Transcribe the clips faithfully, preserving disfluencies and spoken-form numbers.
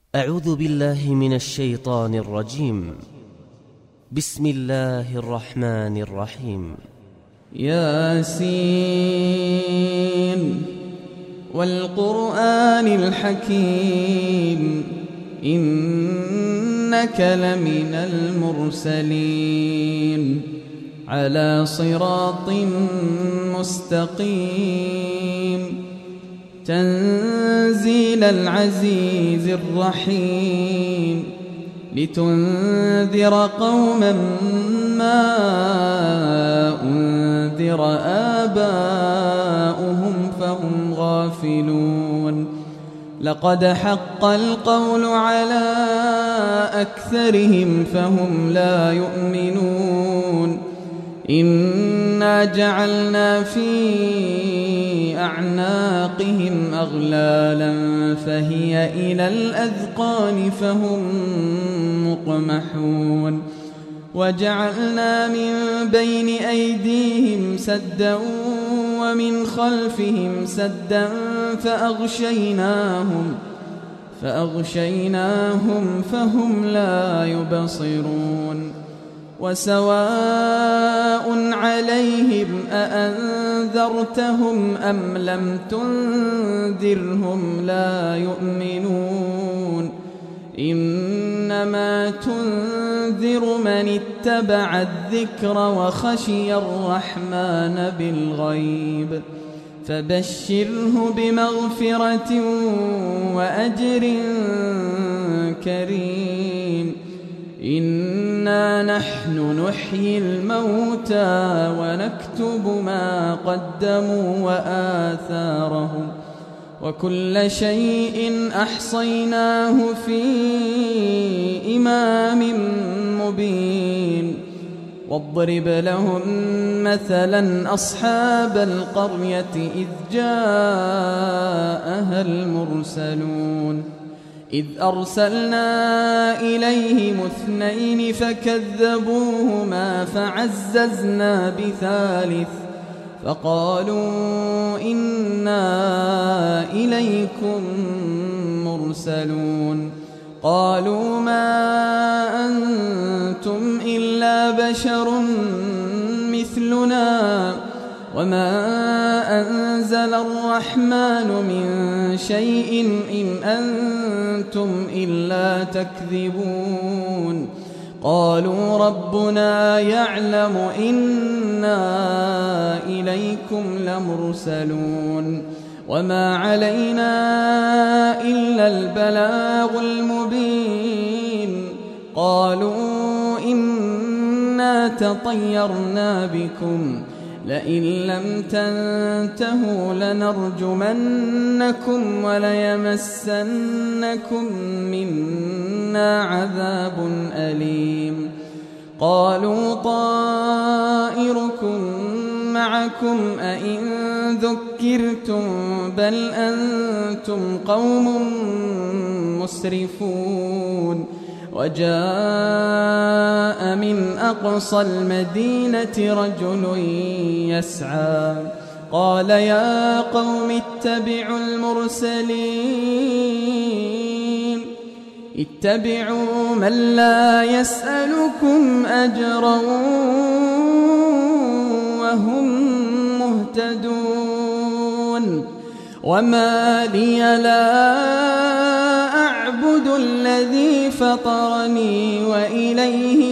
أعوذ بالله من الشيطان الرجيم. بسم الله الرحمن الرحيم. ياسين والقرآن الحكيم إنك لمن المرسلين على صراط مستقيم تنزيل العزيز الرحيم لتنذر قوما ما أنذر آباؤهم فهم غافلون لقد حق القول على أكثرهم فهم لا يؤمنون إنا جعلنا في أعناقهم أغلالا فهي إلى الأذقان فهم مقمحون وجعلنا من بين أيديهم سدا ومن خلفهم سدا فأغشيناهم فأغشيناهم فهم لا يبصرون وسواء عليهم أأنذرتهم أم لم تنذرهم لا يؤمنون إنما تنذر من اتبع الذكر وخشي الرحمن بالغيب فبشره بمغفرة وأجر كريم إنا نحن نحيي الموتى ونكتب ما قدموا وآثارهم وكل شيء أحصيناه في إمام مبين واضرب لهم مثلا أصحاب القرية إذ جاءها المرسلون إذ أرسلنا إليهم اثنين فكذبوهما فعززنا بثالث فقالوا إنا إليكم مرسلون قالوا ما أنتم إلا بشر مثلنا وما أنزل الرحمن من شيء إن أنتم إلا تكذبون قالوا ربنا يعلم إنا إليكم لمرسلون وما علينا إلا البلاغ المبين قالوا إنا تطيرنا بكم لئن لم تنتهوا لنرجمنكم وليمسنكم منا عذاب أليم قالوا طائركم معكم أئن ذكرتم بل أنتم قوم مسرفون وجاء من أقصى المدينة رجل يسعى قال يا قوم اتبعوا المرسلين اتبعوا من لا يسألكم أجرا وهم مهتدون وما لي لا أعبد الذي فطرني وإليه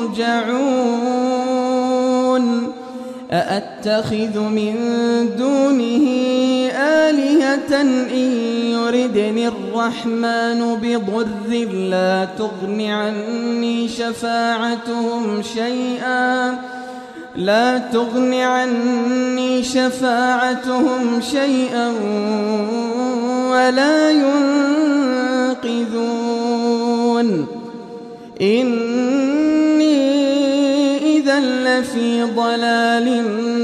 ترجعون أأتخذ من دونه آلهة إن يردني الرحمن بضر لا تغن عني شفاعتهم شيئا لا تغن عني شفاعتهم شيئا ولا ينقذون إني إذا لفي ضلال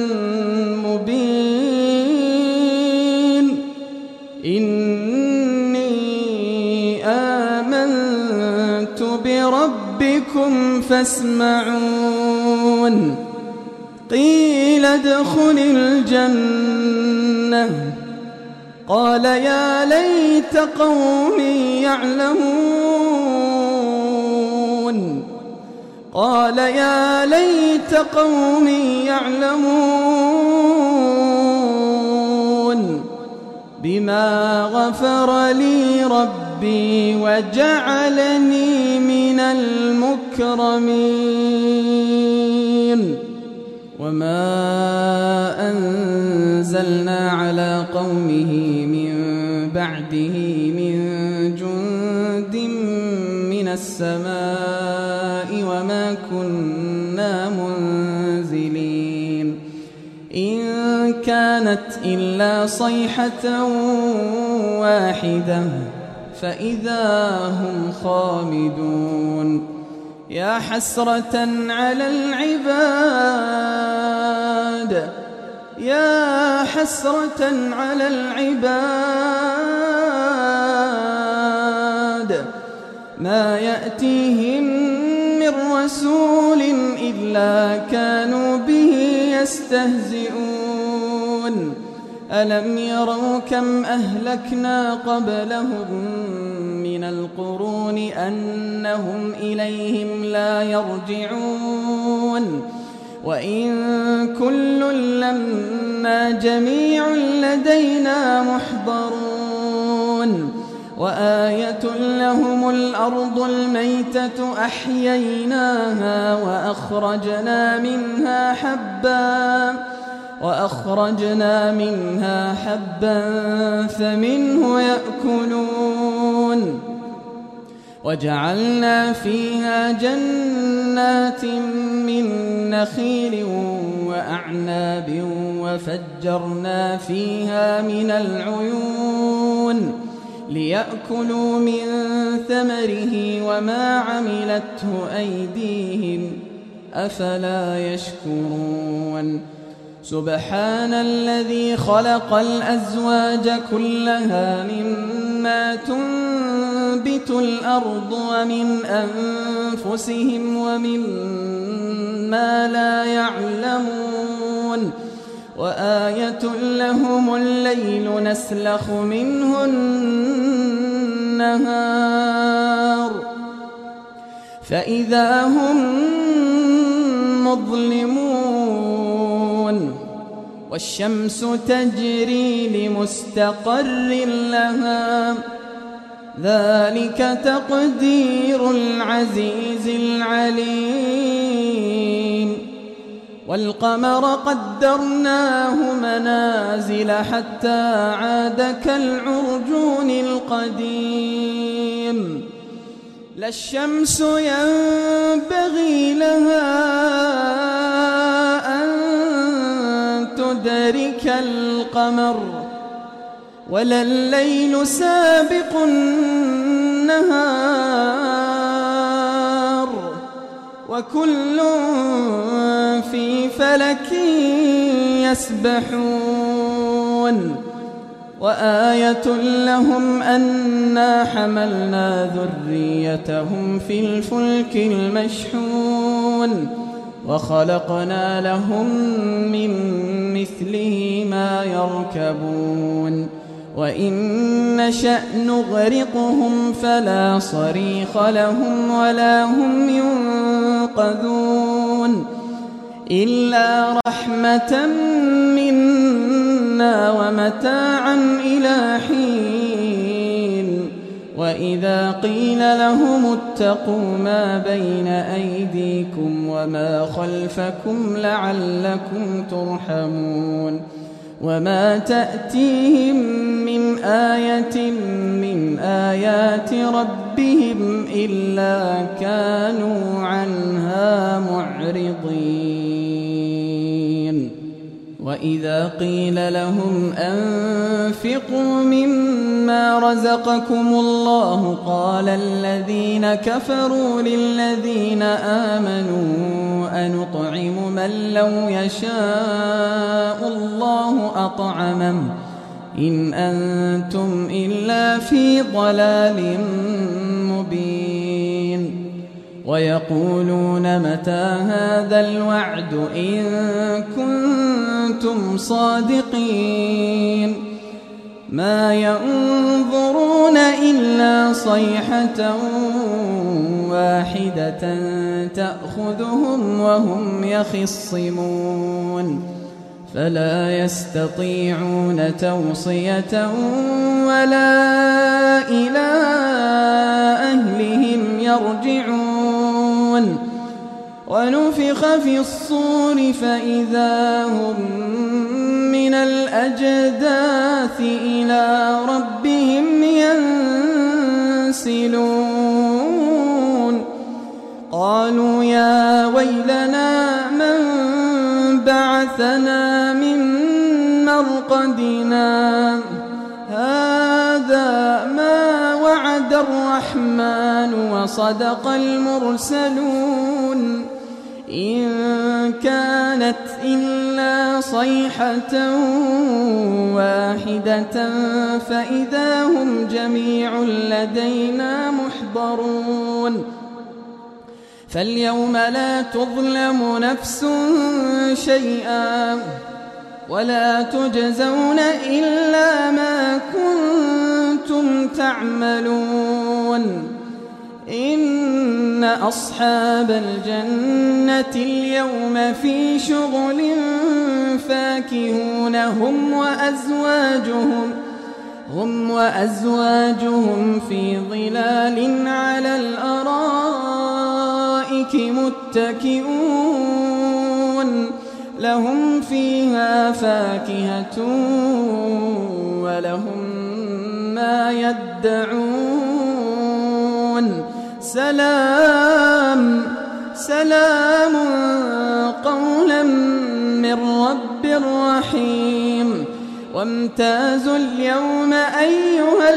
مبين إني آمنت بربكم فاسمعون قيل ادخل الجنة قال يا ليت قومي يعلمون قال يا ليت قومي يعلمون بما غفر لي ربي وجعلني من المكرمين وما أنزلنا على قومه من بعده من جند من السماء وما كنا منزلين إن كانت إلا صيحة واحدة فإذا هم خامدون يا حسرة على العباد يا حسرة على العباد ما يأتيهم من رسول إلا كانوا به يستهزئون ألم يروا كم أهلكنا قبلهم من القرون أنهم إليهم لا يرجعون وإن كل لما جميع لدينا محضرون وآية لهم الأرض الميتة أحييناها وأخرجنا منها حبا وأخرجنا منها حبا فمنه يأكلون وجعلنا فيها جنات من نخيل وأعناب وفجرنا فيها من العيون ليأكلوا من ثمره وما عملته أيديهم أفلا يشكرون سبحان الذي خلق الأزواج كلها مما تنبت الأرض ومن أنفسهم ومما لا يعلمون وآية لهم الليل نسلخ منه النهار فإذا هم مظلمون والشمس تجري لمستقر لها ذلك تقدير العزيز العليم والقمر قدرناه منازل حتى عاد كالعرجون القديم لا الشمس ينبغي لها أن تدرك القمر ولا الليل سابق النهار وكل في فلك يسبحون وآية لهم أنا حملنا ذريتهم في الفلك المشحون وخلقنا لهم من مثله ما يركبون وإن نشأ نغرقهم فلا صريخ لهم ولا هم ينقذون إلا رحمة منا ومتاعا إلى حين وإذا قيل لهم اتقوا ما بين أيديكم وما خلفكم لعلكم ترحمون وما تأتيهم من آية من آيات ربهم إلا كانوا عنها معرضين وإذا قيل لهم أنفقوا مما رزقكم الله قال الذين كفروا للذين آمنوا أنطعم من لو يشاء الله أطعمه إن أنتم إلا في ضلال مبين ويقولون متى هذا الوعد إن كنتم صادقين ما ينظرون إلا صيحة واحدة تأخذهم وهم يخصمون فلا يستطيعون توصية ولا إلى أهلهم يرجعون ونفخ في الصور فإذا هم من الأجداث إلى ربهم ينسلون قالوا يا ويلنا من بعثنا من مرقدنا هذا ما وعد الرحمن وصدق المرسلون إن كانت إلا صيحة واحدة فإذا هم جميع لدينا محضرون فاليوم لا تظلم نفس شيئا ولا تجزون إلا ما كنتم تعملون إن أصحاب الجنة اليوم في شغل فاكهون هم وأزواجهم هم وأزواجهم في ظلال على الأرائك متكئون لهم فيها فاكهة ولهم ما يدعون سلام سلام قولا من رب رحيم وامتازوا اليوم أيها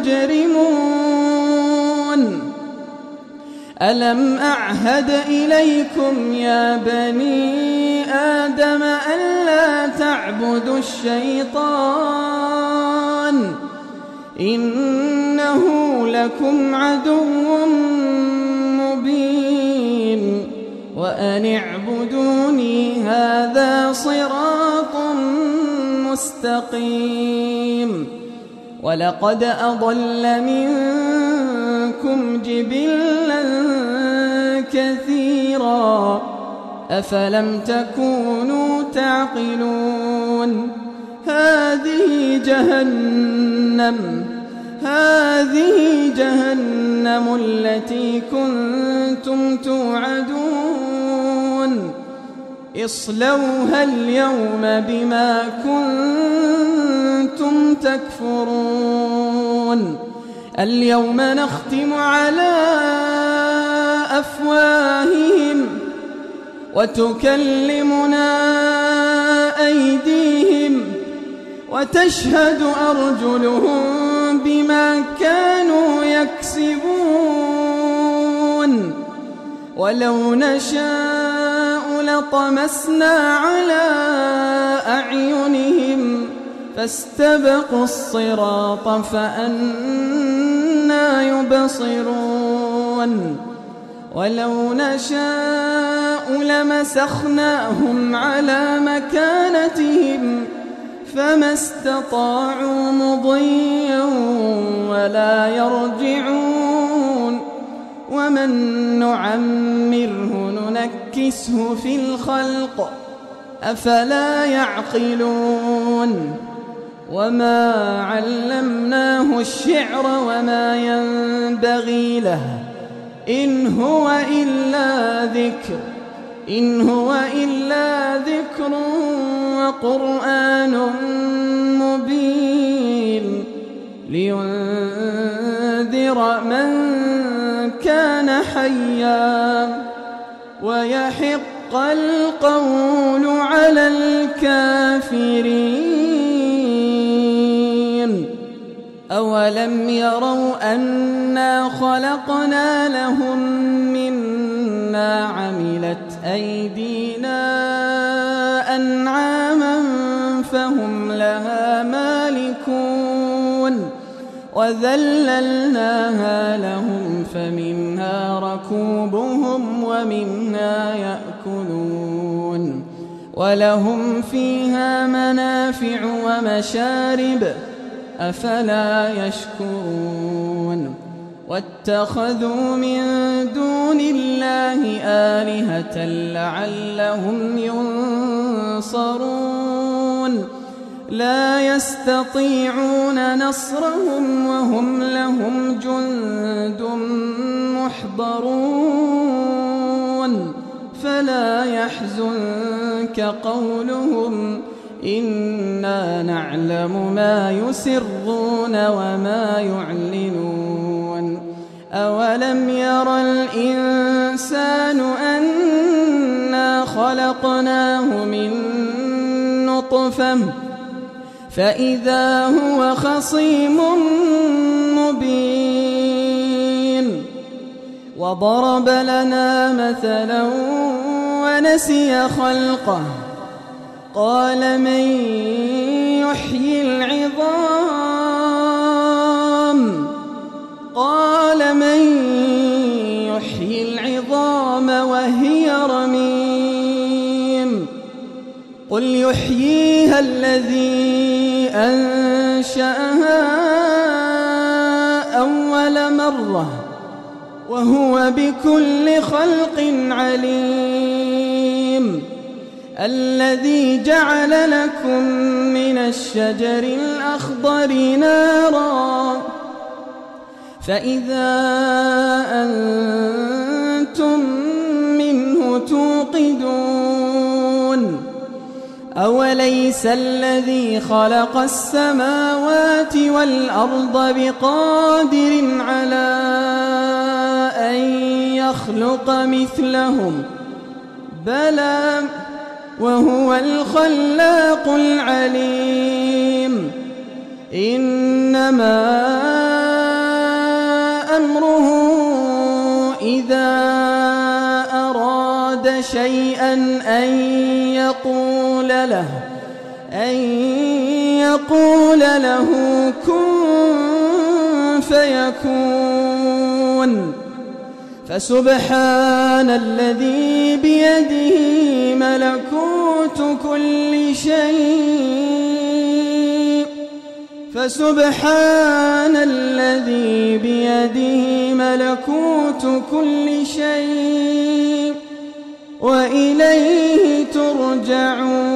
المجرمون ألم أعهد إليكم يا بني آدم ألا تعبدوا الشيطان إنه لكم عدو مبين وأن اعبدوني هذا صراط مستقيم ولقد أضل منكم جبلا كثيرا أفلم تكونوا تعقلون هذه جهنم هذه جهنم التي كنتم توعدون اصلوها اليوم بما كنتم تكفرون اليوم نختم على أفواههم وتكلمنا أيديهم وتشهد أرجلهم بما كانوا يكسبون ولو نشاء لطمسنا على أعينهم فاستبقوا الصراط فأنى يبصرون ولو نشاء لمسخناهم على مكانتهم فما استطاعوا مضيا ولا يرجعون ومن نعمره ننكسه في الخلق أفلا يعقلون وما علمناه الشعر وما ينبغي له إن هو إلا ذكر إن هو إلا ذكر وقرآن مبين لينذر من كان حيا ويحق القول على الكافرين أولم يروا أنا خلقنا لهم مما عملت أيدينا أنعاما فهم لها مالكون وذللناها لهم فمنها ركوبهم ومنها يأكلون ولهم فيها منافع ومشارب أفلا يشكرون واتخذوا من دون الله آلهة لعلهم ينصرون لا يستطيعون نصرهم وهم لهم جند محضرون فلا يحزنك قولهم إنا نعلم ما يسرون وما يعلنون أولم ير الإنسان أنا خلقناه من نطفة فإذا هو خصيم مبين وضرب لنا مثلا ونسي خلقه قال من يحيي العظام قال من يحيي العظام وهي رميم قل يحييها الذي أنشأها أول مرة وهو بكل خلق عليم الذي جعل لكم من الشجر الأخضر نارا فإذا أنتم منه توقدون أوليس الذي خلق السماوات والأرض بقادر على أن يخلق مثلهم بلى وهو الخلاق العليم إنما أمره إذا أراد شيئا أن يقول له أن يقول له كن فيكون فسبحان الذي بيده ملكوت كل شيء فسبحان الذي بيده ملكوت كل شيء وإليه ترجعون